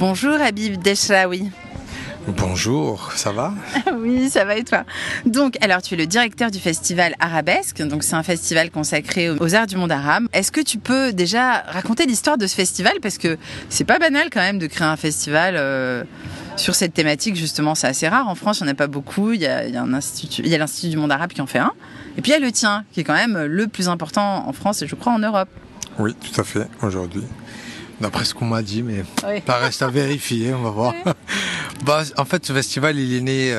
Bonjour Habib Deschlaoui. Bonjour, ça va? Oui, ça va et toi? Donc, alors tu es le directeur du festival Arabesque, donc c'est un festival consacré aux arts du monde arabe. Est-ce que tu peux déjà raconter l'histoire de ce festival? Parce que c'est pas banal quand même de créer un festival sur cette thématique, justement, c'est assez rare. En France, il n'y en a pas beaucoup, il y a l'Institut du monde arabe qui en fait un. Et puis il y a le tien, qui est quand même le plus important en France et je crois en Europe. Oui, tout à fait, aujourd'hui. D'après ce qu'on m'a dit, mais oui. Ça reste à vérifier, on va voir. Oui. En fait, ce festival, l'idée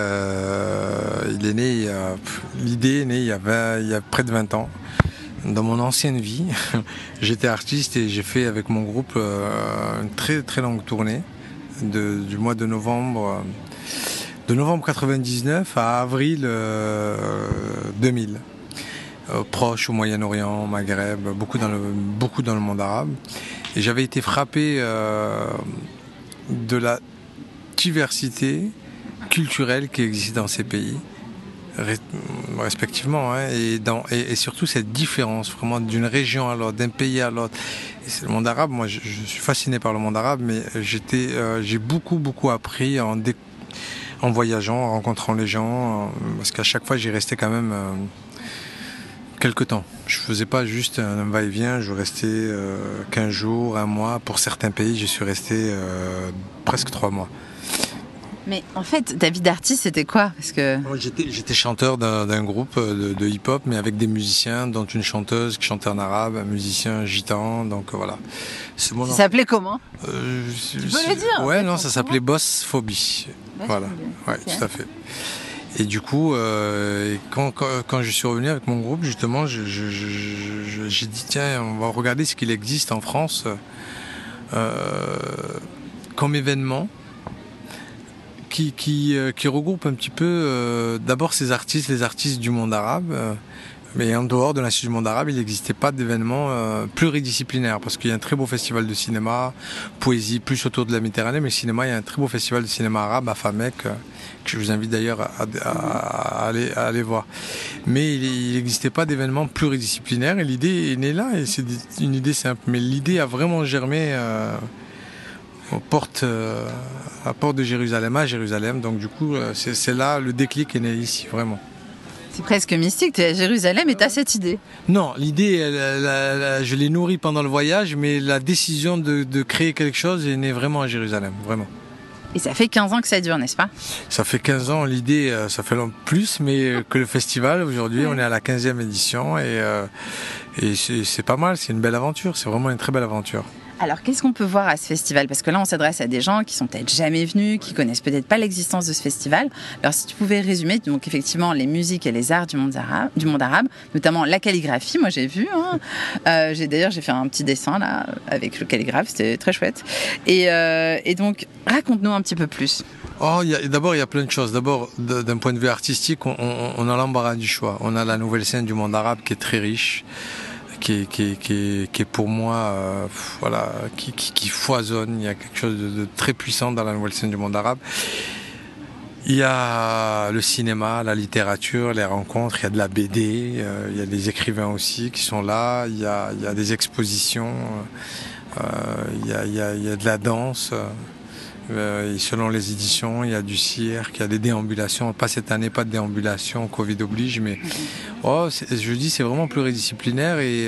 est née il y a près de 20 ans. Dans mon ancienne vie, j'étais artiste et j'ai fait avec mon groupe une très très longue tournée du mois de novembre 99 à avril 2000. Proche, au Moyen-Orient, au Maghreb, beaucoup dans le monde arabe. Et j'avais été frappé de la diversité culturelle qui existe dans ces pays, respectivement, hein, et surtout cette différence vraiment d'une région à l'autre, d'un pays à l'autre. Et c'est le monde arabe, moi je suis fasciné par le monde arabe, mais j'ai beaucoup appris en voyageant, en rencontrant les gens, parce qu'à chaque fois j'y restais quand même quelque temps. Je faisais pas juste un va-et-vient, je restais 15 jours, un mois. Pour certains pays, je suis resté presque 3 mois. Mais en fait, ta vie d'artiste, c'était quoi? Parce que... J'étais chanteur d'un groupe de hip-hop, mais avec des musiciens, dont une chanteuse qui chantait en arabe, un musicien gitan, donc voilà. Ça s'appelait comment? Tu peux le dire? Ouais, non, ça s'appelait Boss Phobie. Voilà, ouais, okay. Tout à fait. Et du coup, quand je suis revenu avec mon groupe, justement, j'ai dit, tiens, on va regarder ce qu'il existe en France comme événement qui regroupe un petit peu d'abord les artistes du monde arabe, mais en dehors de l'Institut du monde arabe, il n'existait pas d'événement pluridisciplinaire, parce qu'il y a un très beau festival de cinéma, poésie, plus autour de la Méditerranée, mais cinéma, il y a un très beau festival de cinéma arabe à Famek, que je vous invite d'ailleurs à aller voir. Mais il n'existait pas d'événement pluridisciplinaire, et l'idée est née là, et c'est une idée simple, mais l'idée a vraiment germé à porte de Jérusalem, à Jérusalem, donc du coup, c'est là, le déclic est né ici, vraiment. C'est presque mystique, tu es à Jérusalem et tu as cette idée. Non, l'idée, je l'ai nourrie pendant le voyage, mais la décision de créer quelque chose est née vraiment à Jérusalem, vraiment. Et ça fait 15 ans que ça dure, n'est-ce pas? Ça fait 15 ans, l'idée, ça fait plus, mais que le festival, aujourd'hui, on est à la 15e édition, et c'est pas mal, c'est une belle aventure, c'est vraiment une très belle aventure. Alors, qu'est-ce qu'on peut voir à ce festival? Parce que là, on s'adresse à des gens qui sont peut-être jamais venus, qui connaissent peut-être pas l'existence de ce festival. Alors, si tu pouvais résumer, donc effectivement, les musiques et les arts du monde arabe, notamment la calligraphie, moi j'ai vu. D'ailleurs, j'ai fait un petit dessin là avec le calligraphe, c'était très chouette. Et donc, raconte-nous un petit peu plus. D'abord, il y a plein de choses. D'abord, d'un point de vue artistique, on a l'embarras du choix. On a la nouvelle scène du monde arabe qui est très riche. Qui est pour moi qui foisonne. Il y a quelque chose de très puissant dans la nouvelle scène du monde arabe. Il y a le cinéma, la littérature, les rencontres, il y a de la BD, il y a des écrivains aussi qui sont là, il y a des expositions, il y a de la danse. Et selon les éditions, il y a du cirque, il y a des déambulations. Pas cette année, pas de déambulation, Covid oblige, mais je dis c'est vraiment pluridisciplinaire et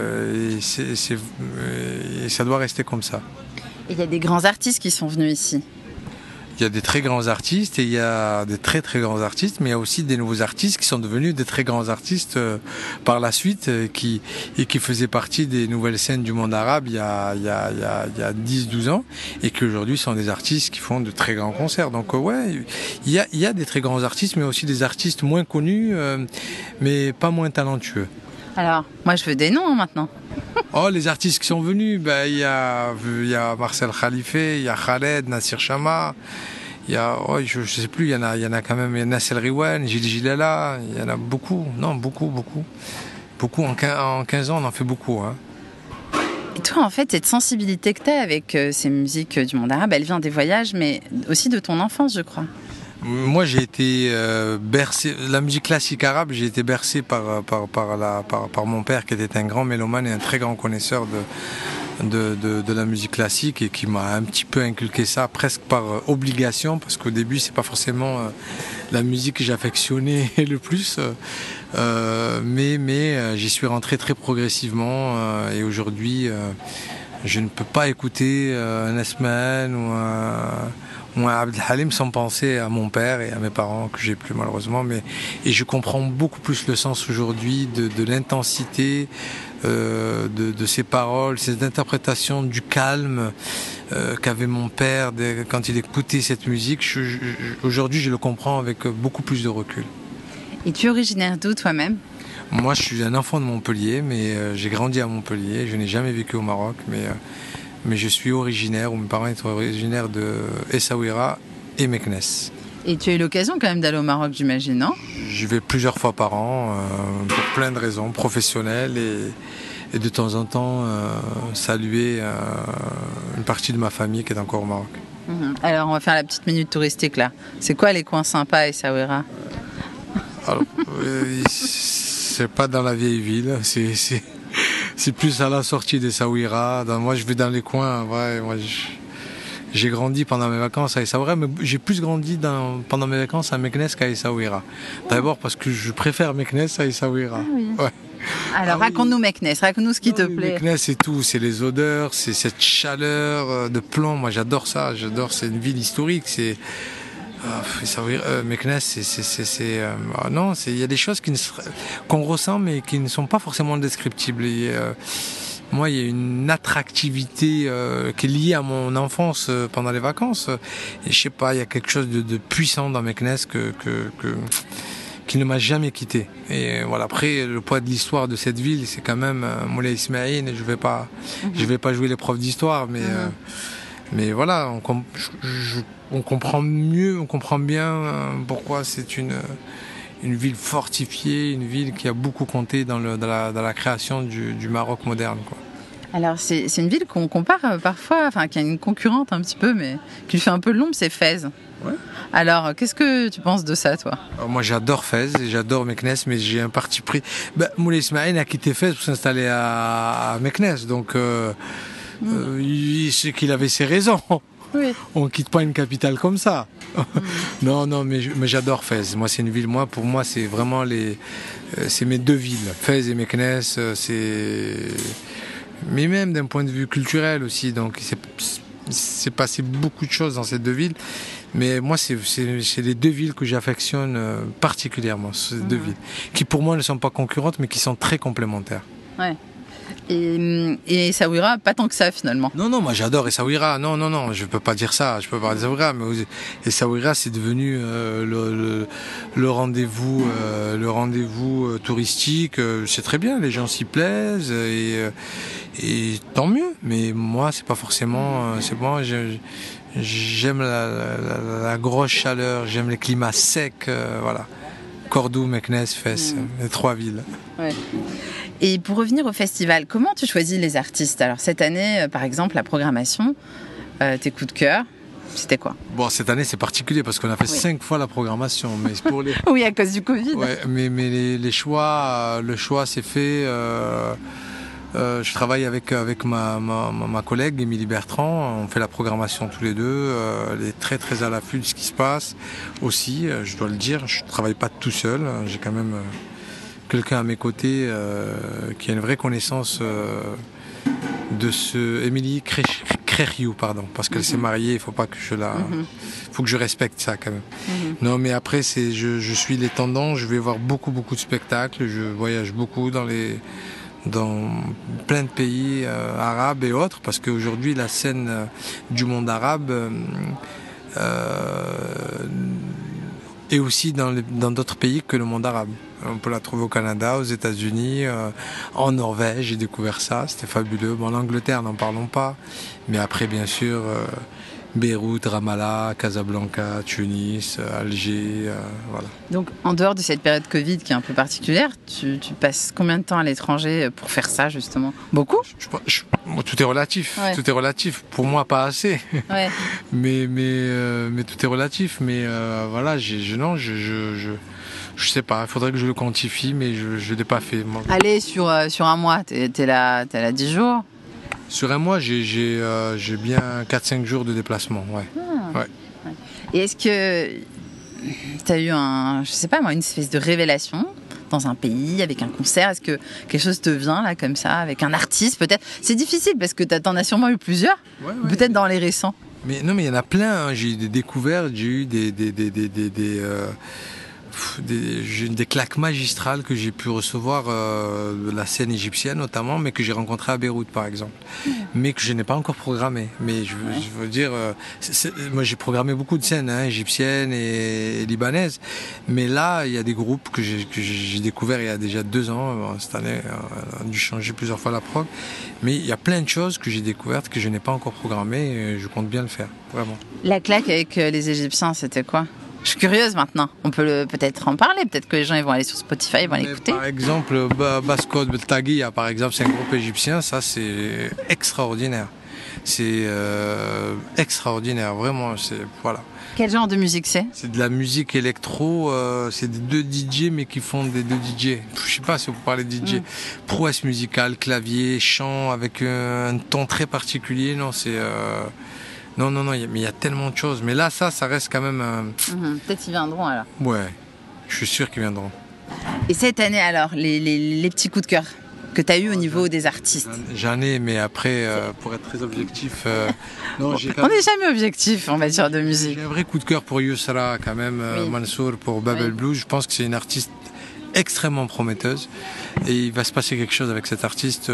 ça doit rester comme ça. Et il y a des grands artistes qui sont venus ici. Il y a des très grands artistes et il y a des très très grands artistes, mais il y a aussi des nouveaux artistes qui sont devenus des très grands artistes par la suite qui faisaient partie des nouvelles scènes du monde arabe il y a 10-12 ans et qui aujourd'hui sont des artistes qui font de très grands concerts. Donc il y a des très grands artistes, mais aussi des artistes moins connus, mais pas moins talentueux. Alors, moi je veux des noms maintenant. Les artistes qui sont venus, il y a Marcel Khalife, il y a Khaled, Nassir Chama, il y a, je sais plus, il y en a quand même, il y a Nassel Riwan, Gilles Gilala, il y en a beaucoup, beaucoup, en 15 ans on en fait beaucoup. Hein. Et toi en fait, cette sensibilité que tu as avec ces musiques du monde arabe, elle vient des voyages, mais aussi de ton enfance je crois. Moi, j'ai été bercé. La musique classique arabe, j'ai été bercé par mon père, qui était un grand mélomane et un très grand connaisseur de la musique classique et qui m'a un petit peu inculqué ça presque par obligation, parce qu'au début c'est pas forcément la musique que j'affectionnais le plus, mais j'y suis rentré très progressivement et aujourd'hui je ne peux pas écouter un Esmen ou un Abd Halim sans penser à mon père et à mes parents que j'ai plus malheureusement, et je comprends beaucoup plus le sens aujourd'hui de l'intensité de ces paroles, ces interprétations, du calme qu'avait mon père quand il écoutait cette musique. Aujourd'hui je le comprends avec beaucoup plus de recul. Et tu es originaire d'où toi-même ? Moi je suis un enfant de Montpellier, mais j'ai grandi à Montpellier, je n'ai jamais vécu au Maroc, mais je suis originaire, ou mes parents étaient originaires de Essaouira et Meknès. Et tu as eu l'occasion quand même d'aller au Maroc, j'imagine, non ? Je vais plusieurs fois par an, pour plein de raisons professionnelles et de temps en temps saluer une partie de ma famille qui est encore au Maroc. Alors on va faire la petite minute touristique là. C'est quoi les coins sympas à Essaouira ? Alors, c'est pas dans la vieille ville, c'est plus à la sortie d'Essaouira. Moi je vais dans les coins, ouais, j'ai grandi pendant mes vacances à Essaouira, mais j'ai plus grandi pendant mes vacances à Meknès qu'à Essaouira. D'abord parce que je préfère Meknès à Essaouira. Ah oui. Ouais. Alors raconte-nous Meknès, raconte-nous ce qui te plaît. Meknès c'est tout, c'est les odeurs, c'est cette chaleur de plomb, moi j'adore ça, c'est une ville historique, Meknès, non, il y a des choses qu'on ressent mais qui ne sont pas forcément descriptibles. Moi, il y a une attractivité qui est liée à mon enfance pendant les vacances. Et je sais pas, il y a quelque chose de puissant dans Meknès qui ne m'a jamais quitté. Et voilà. Après, le poids de l'histoire de cette ville, c'est quand même Moulay Ismaïl. Et je vais pas jouer les profs d'histoire, mais voilà, on comprend mieux, on comprend bien pourquoi c'est une ville fortifiée, une ville qui a beaucoup compté dans la création du Maroc moderne, quoi. Alors c'est une ville qu'on compare parfois, enfin qui a une concurrente un petit peu, mais qui lui fait un peu l'ombre, c'est Fès. Ouais. Alors qu'est-ce que tu penses de ça, toi ? Alors, moi j'adore Fès et j'adore Meknès, mais j'ai un parti pris. Moulay Ismaïl a quitté Fès pour s'installer à Meknès, donc c'est qu'il avait ses raisons. Oui. On ne quitte pas une capitale comme ça. Non, mais j'adore Fès. Moi, c'est une ville. Pour moi, c'est vraiment c'est mes deux villes. Fès et Meknès, mais même d'un point de vue culturel aussi. Donc, c'est passé beaucoup de choses dans ces deux villes. Mais moi, c'est les deux villes que j'affectionne particulièrement. Ces deux villes, qui pour moi ne sont pas concurrentes, mais qui sont très complémentaires. Ouais. Et Essaouira, pas tant que ça finalement. Non, moi j'adore Essaouira. Non, je peux pas dire ça. Je peux pas dire Essaouira, mais Essaouira c'est devenu le rendez-vous, touristique. C'est très bien, les gens s'y plaisent et tant mieux. Mais moi c'est pas forcément. C'est bon. J'aime la grosse chaleur. J'aime les climats secs. Voilà. Cordoue, Meknès, Fès, les trois villes. Ouais. Et pour revenir au festival, comment tu choisis les artistes ? Alors cette année, par exemple, la programmation, tes coups de cœur, c'était quoi ? Bon, cette année c'est particulier parce qu'on a fait 5 fois la programmation, mais c'est pour les. Oui, à cause du Covid. Ouais, mais les choix, le choix s'est fait. Je travaille avec ma collègue Émilie Bertrand. On fait la programmation tous les deux. Elle est très très à l'affût de ce qui se passe aussi. Je dois le dire, je ne travaille pas tout seul. J'ai quand même quelqu'un à mes côtés qui a une vraie connaissance de ce Émilie Crériou, pardon, parce qu'elle s'est mariée. Il faut pas que faut que je respecte ça quand même. Non, mais après je suis les tendances. Je vais voir beaucoup de spectacles. Je voyage beaucoup dans plein de pays arabes et autres, parce qu'aujourd'hui la scène du monde arabe est aussi dans d'autres pays que le monde arabe. On peut la trouver au Canada, aux États-Unis, en Norvège, j'ai découvert ça, c'était fabuleux. Bon, l'Angleterre, n'en parlons pas, mais après bien sûr Beyrouth, Ramallah, Casablanca, Tunis, Alger, voilà. Donc, en dehors de cette période Covid qui est un peu particulière, tu passes combien de temps à l'étranger pour faire ça, justement ? Beaucoup ? Tout est relatif. Ouais. Tout est relatif. Pour moi, pas assez. Ouais. mais tout est relatif. Mais voilà, je sais pas. Il faudrait que je le quantifie, mais je l'ai pas fait. Moi. Allez, sur un mois, t'es là 10 jours ? Sur un mois, j'ai bien 4-5 jours de déplacement. Ouais. Ah. Ouais. Et est-ce que tu as eu je sais pas moi, une espèce de révélation dans un pays, avec un concert? Est-ce que quelque chose te vient là comme ça, avec un artiste peut-être? C'est difficile parce que t'en as sûrement eu plusieurs, peut-être dans les récents. Mais non, mais il y en a plein. Hein. J'ai eu des découvertes, j'ai eu des claques magistrales que j'ai pu recevoir de la scène égyptienne notamment, mais que j'ai rencontré à Beyrouth par exemple, mais que je n'ai pas encore programmé. Mais je veux dire, moi j'ai programmé beaucoup de scènes égyptiennes et libanaises, mais là il y a des groupes que j'ai découverts il y a déjà 2 ans. Cette année on a dû changer plusieurs fois la prog, mais il y a plein de choses que j'ai découvertes que je n'ai pas encore programmées et je compte bien le faire, vraiment. La claque avec les Égyptiens, c'était quoi? Je suis curieuse maintenant. On peut peut-être en parler. Peut-être que les gens ils vont aller sur Spotify, ils vont l'écouter. Par exemple, Baskot Beltagia, par exemple, c'est un groupe égyptien. Ça, c'est extraordinaire. C'est extraordinaire, vraiment. Voilà. Quel genre de musique c'est? C'est de la musique électro. C'est des 2 DJ, mais qui font des 2 DJ. Je sais pas si on peut parler de DJ. Prouesse musicale, clavier, chant, avec un ton très particulier. Non, c'est... Non, mais il y a tellement de choses. Mais là, ça reste quand même... Peut-être qu'ils viendront alors. Ouais, je suis sûr qu'ils viendront. Et cette année alors, les petits coups de cœur que tu as eu au niveau des artistes? J'en ai, mais après, pour être très objectif... on n'est jamais objectif en matière de musique. J'ai un vrai coup de cœur pour Yousra quand même, Mansour, pour Babel Blues. Je pense que c'est une artiste extrêmement prometteuse. Et il va se passer quelque chose avec cette artiste.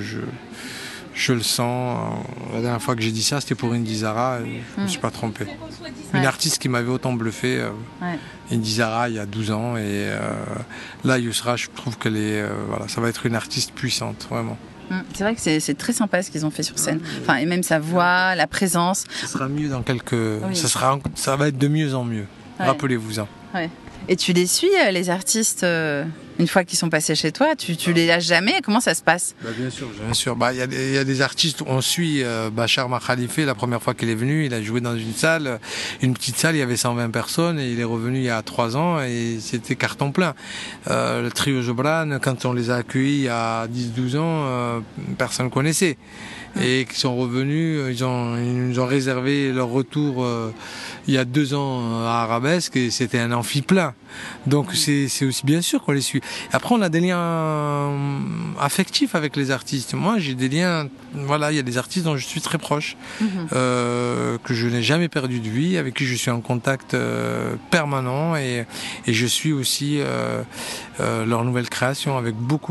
Je le sens. La dernière fois que j'ai dit ça, c'était pour Indy Zara. Je ne me suis pas trompé. Une artiste qui m'avait autant bluffé, Indy Zara, il y a 12 ans. Et là, Yousra, je trouve qu'elle est, ça va être une artiste puissante, vraiment. C'est vrai que c'est très sympa ce qu'ils ont fait sur scène. Enfin, et même sa voix, la présence. Ça sera mieux dans quelques... Ça va être de mieux en mieux. Rappelez-vous-en. Ouais. Et tu les suis, les artistes, une fois qu'ils sont passés chez toi? Tu les lâches jamais? Comment ça se passe? Bien sûr. Il y a des artistes, on suit Bachar Makhalife, la première fois qu'il est venu, il a joué dans une petite salle, il y avait 120 personnes, et il est revenu il y a 3 ans, et c'était carton plein. Le trio Jobran, quand on les a accueillis il y a 10-12 ans, personne ne connaissait. Et qui sont revenus, ils nous ont réservé leur retour il y a 2 ans à Arabesque, et c'était un amphi plein. Donc c'est aussi bien sûr qu'on les suit. Après on a des liens affectifs avec les artistes. Moi j'ai des liens, il y a des artistes dont je suis très proche, que je n'ai jamais perdu de vue, avec qui je suis en contact permanent, et je suis aussi leur nouvelle création avec beaucoup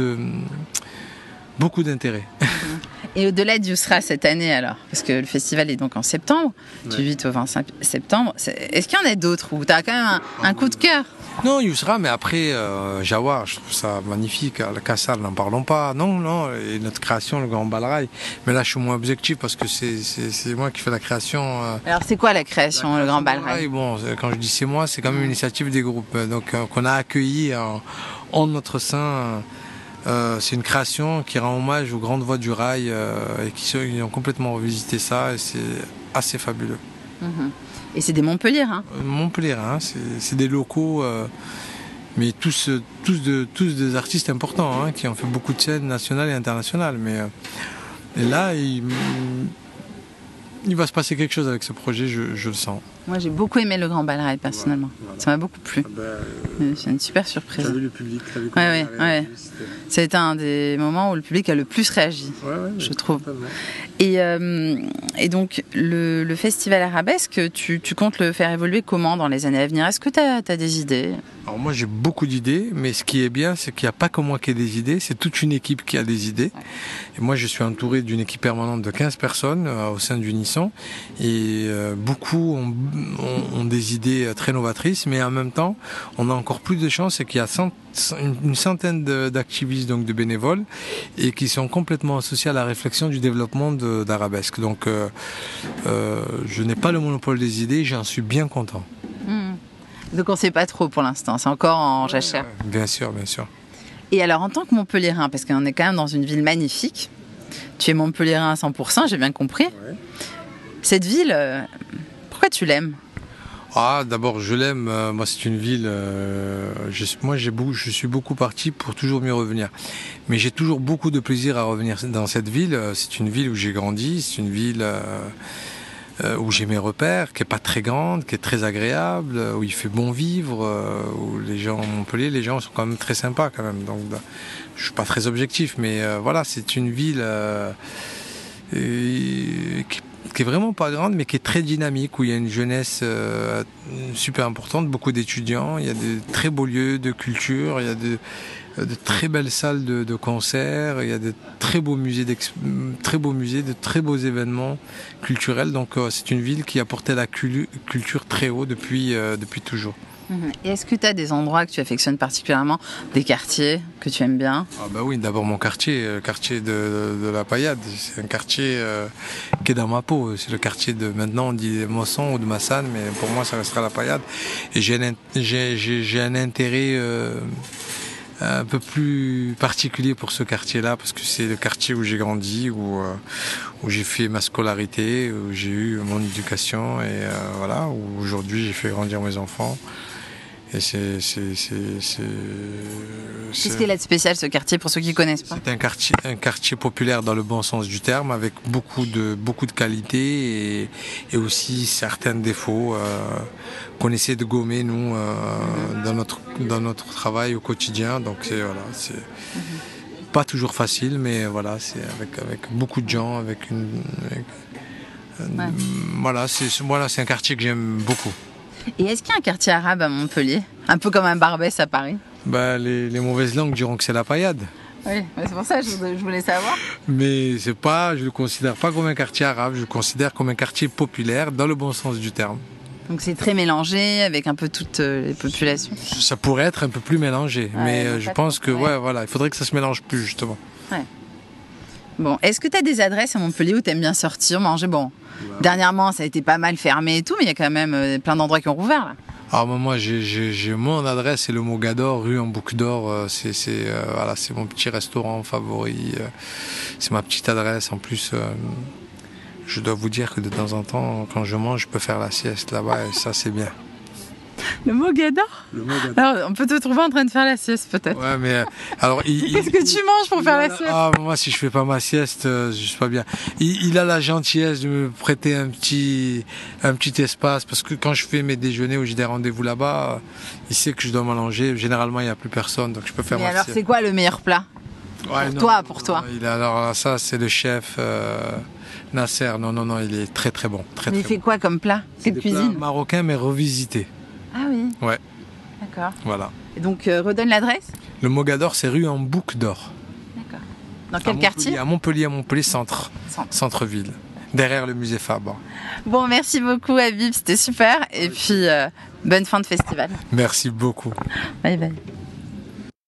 d'intérêt. Et au-delà de Yousra cette année alors, parce que le festival est donc en septembre, du 8 au 25 septembre, est-ce qu'il y en a d'autres où tu as quand même un coup de cœur? Non, Yousra, mais après, Jawar, je trouve ça magnifique. Le Kassar, n'en parlons pas. Non, et notre création, le Grand Balraï. Mais là, je suis moins objectif parce que c'est moi qui fais la création. Alors, c'est quoi la création, le Grand Balraï? Bon, quand je dis c'est moi, c'est quand même une initiative des groupes. Donc, qu'on a accueilli en notre sein. C'est une création qui rend hommage aux grandes voies du rail et qui ont complètement revisité ça, et c'est assez fabuleux. Et c'est des Montpelliérains? Montpelliérains, c'est des locaux, mais tous des artistes importants, qui ont fait beaucoup de scènes nationales et internationales. Et là, il va se passer quelque chose avec ce projet, je le sens. Moi, j'ai beaucoup aimé le Grand Balraï, personnellement. Voilà. Ça m'a beaucoup plu. C'est une super surprise. T'as vu le public? Ouais. C'est un des moments où le public a le plus réagi, je trouve. Et donc, le festival Arabesque, tu comptes le faire évoluer comment dans les années à venir? Est-ce que tu as des idées? Alors moi, j'ai beaucoup d'idées, mais ce qui est bien, c'est qu'il n'y a pas que moi qui ai des idées, c'est toute une équipe qui a des idées. Et moi, je suis entouré d'une équipe permanente de 15 personnes au sein d'Unisson, et beaucoup ont des idées très novatrices, mais en même temps, on a encore plus de chance, c'est qu'il y a une centaine d'activistes, donc de bénévoles, et qui sont complètement associés à la réflexion du développement d'Arabesque. Donc, je n'ai pas le monopole des idées, j'en suis bien content. Donc on ne sait pas trop pour l'instant, c'est encore en jachère. Bien sûr. Et alors en tant que Montpelliérain, parce qu'on est quand même dans une ville magnifique, tu es Montpelliérain à 100%, j'ai bien compris. Cette ville, pourquoi tu l'aimes? Ah, d'abord, je l'aime. Moi, c'est une ville. Je suis beaucoup parti pour toujours mieux revenir. Mais j'ai toujours beaucoup de plaisir à revenir dans cette ville. C'est une ville où j'ai grandi. C'est une ville où j'ai mes repères, qui est pas très grande, qui est très agréable, où il fait bon vivre, où les gens à Montpellier, les gens sont quand même très sympas quand même. Donc, je suis pas très objectif, mais voilà, c'est une ville qui est vraiment pas grande, mais qui est très dynamique, où il y a une jeunesse super importante, beaucoup d'étudiants, il y a de très beaux lieux de culture, il y a de très belles salles de concert, il y a de très beaux musées, de très beaux événements culturels. Donc c'est une ville qui a porté la culture très haut depuis toujours. Et est-ce que tu as des endroits que tu affectionnes particulièrement, des quartiers que tu aimes bien? Ah bah oui, d'abord mon quartier, le quartier de la Paillade. C'est un quartier qui est dans ma peau. C'est le quartier de, maintenant on dit Mosson ou de Massane, mais pour moi ça restera la Paillade. Et j'ai un intérêt un peu plus particulier pour ce quartier-là, parce que c'est le quartier où j'ai grandi, où j'ai fait ma scolarité, où j'ai eu mon éducation, et voilà, où aujourd'hui j'ai fait grandir mes enfants. Et Qu'est-ce qu'il a de spécial, ce quartier, pour ceux qui ne connaissent pas? C'est un quartier populaire dans le bon sens du terme, avec beaucoup de qualités et aussi certains défauts qu'on essaie de gommer, nous, dans notre travail au quotidien. Donc c'est pas toujours facile, mais voilà, c'est avec beaucoup de gens, voilà, c'est un quartier que j'aime beaucoup. Et est-ce qu'il y a un quartier arabe à Montpellier? Un peu comme un Barbès à Paris? Les mauvaises langues diront que c'est la Paillade. Oui, c'est pour ça que je voulais savoir. Mais je ne le considère pas comme un quartier arabe, je le considère comme un quartier populaire dans le bon sens du terme. Donc c'est très mélangé avec un peu toutes les populations. Ça pourrait être un peu plus mélangé, mais je pense que voilà, il faudrait que ça se mélange plus justement. Ouais. Bon, est-ce que tu as des adresses à Montpellier où tu aimes bien sortir, manger? Bon, dernièrement ça a été pas mal fermé et tout, mais il y a quand même plein d'endroits qui ont rouvert là. Alors moi j'ai mon adresse, c'est le Mogador, rue en Boucle d'Or. Voilà, c'est mon petit restaurant favori. C'est ma petite adresse. En plus, je dois vous dire que de temps en temps, quand je mange, je peux faire la sieste là-bas et ça c'est bien. Le Mogador? Alors, on peut te trouver en train de faire la sieste peut-être. Ouais, mais alors qu'est-ce que tu manges pour faire la sieste? Ah, moi si je fais pas ma sieste, je suis pas bien. Il a la gentillesse de me prêter un petit espace, parce que quand je fais mes déjeuners ou j'ai des rendez-vous là-bas, il sait que je dois m'allonger. Généralement il y a plus personne, donc je peux faire ma sieste. Mais alors c'est quoi le meilleur plat? Pour toi. Alors ça c'est le chef Nasser. Non, il est très très bon. Mais il fait quoi comme plat? Quelle cuisine? Marocain mais revisité. Ah oui. Ouais. D'accord. Voilà. Et donc redonne l'adresse? Le Mogador, c'est rue en Boucle d'Or. D'accord. Dans quel quartier? À Montpellier centre-ville, derrière le musée Fabre. Bon, merci beaucoup Habib, c'était super. Et puis bonne fin de festival. Merci beaucoup. Bye bye.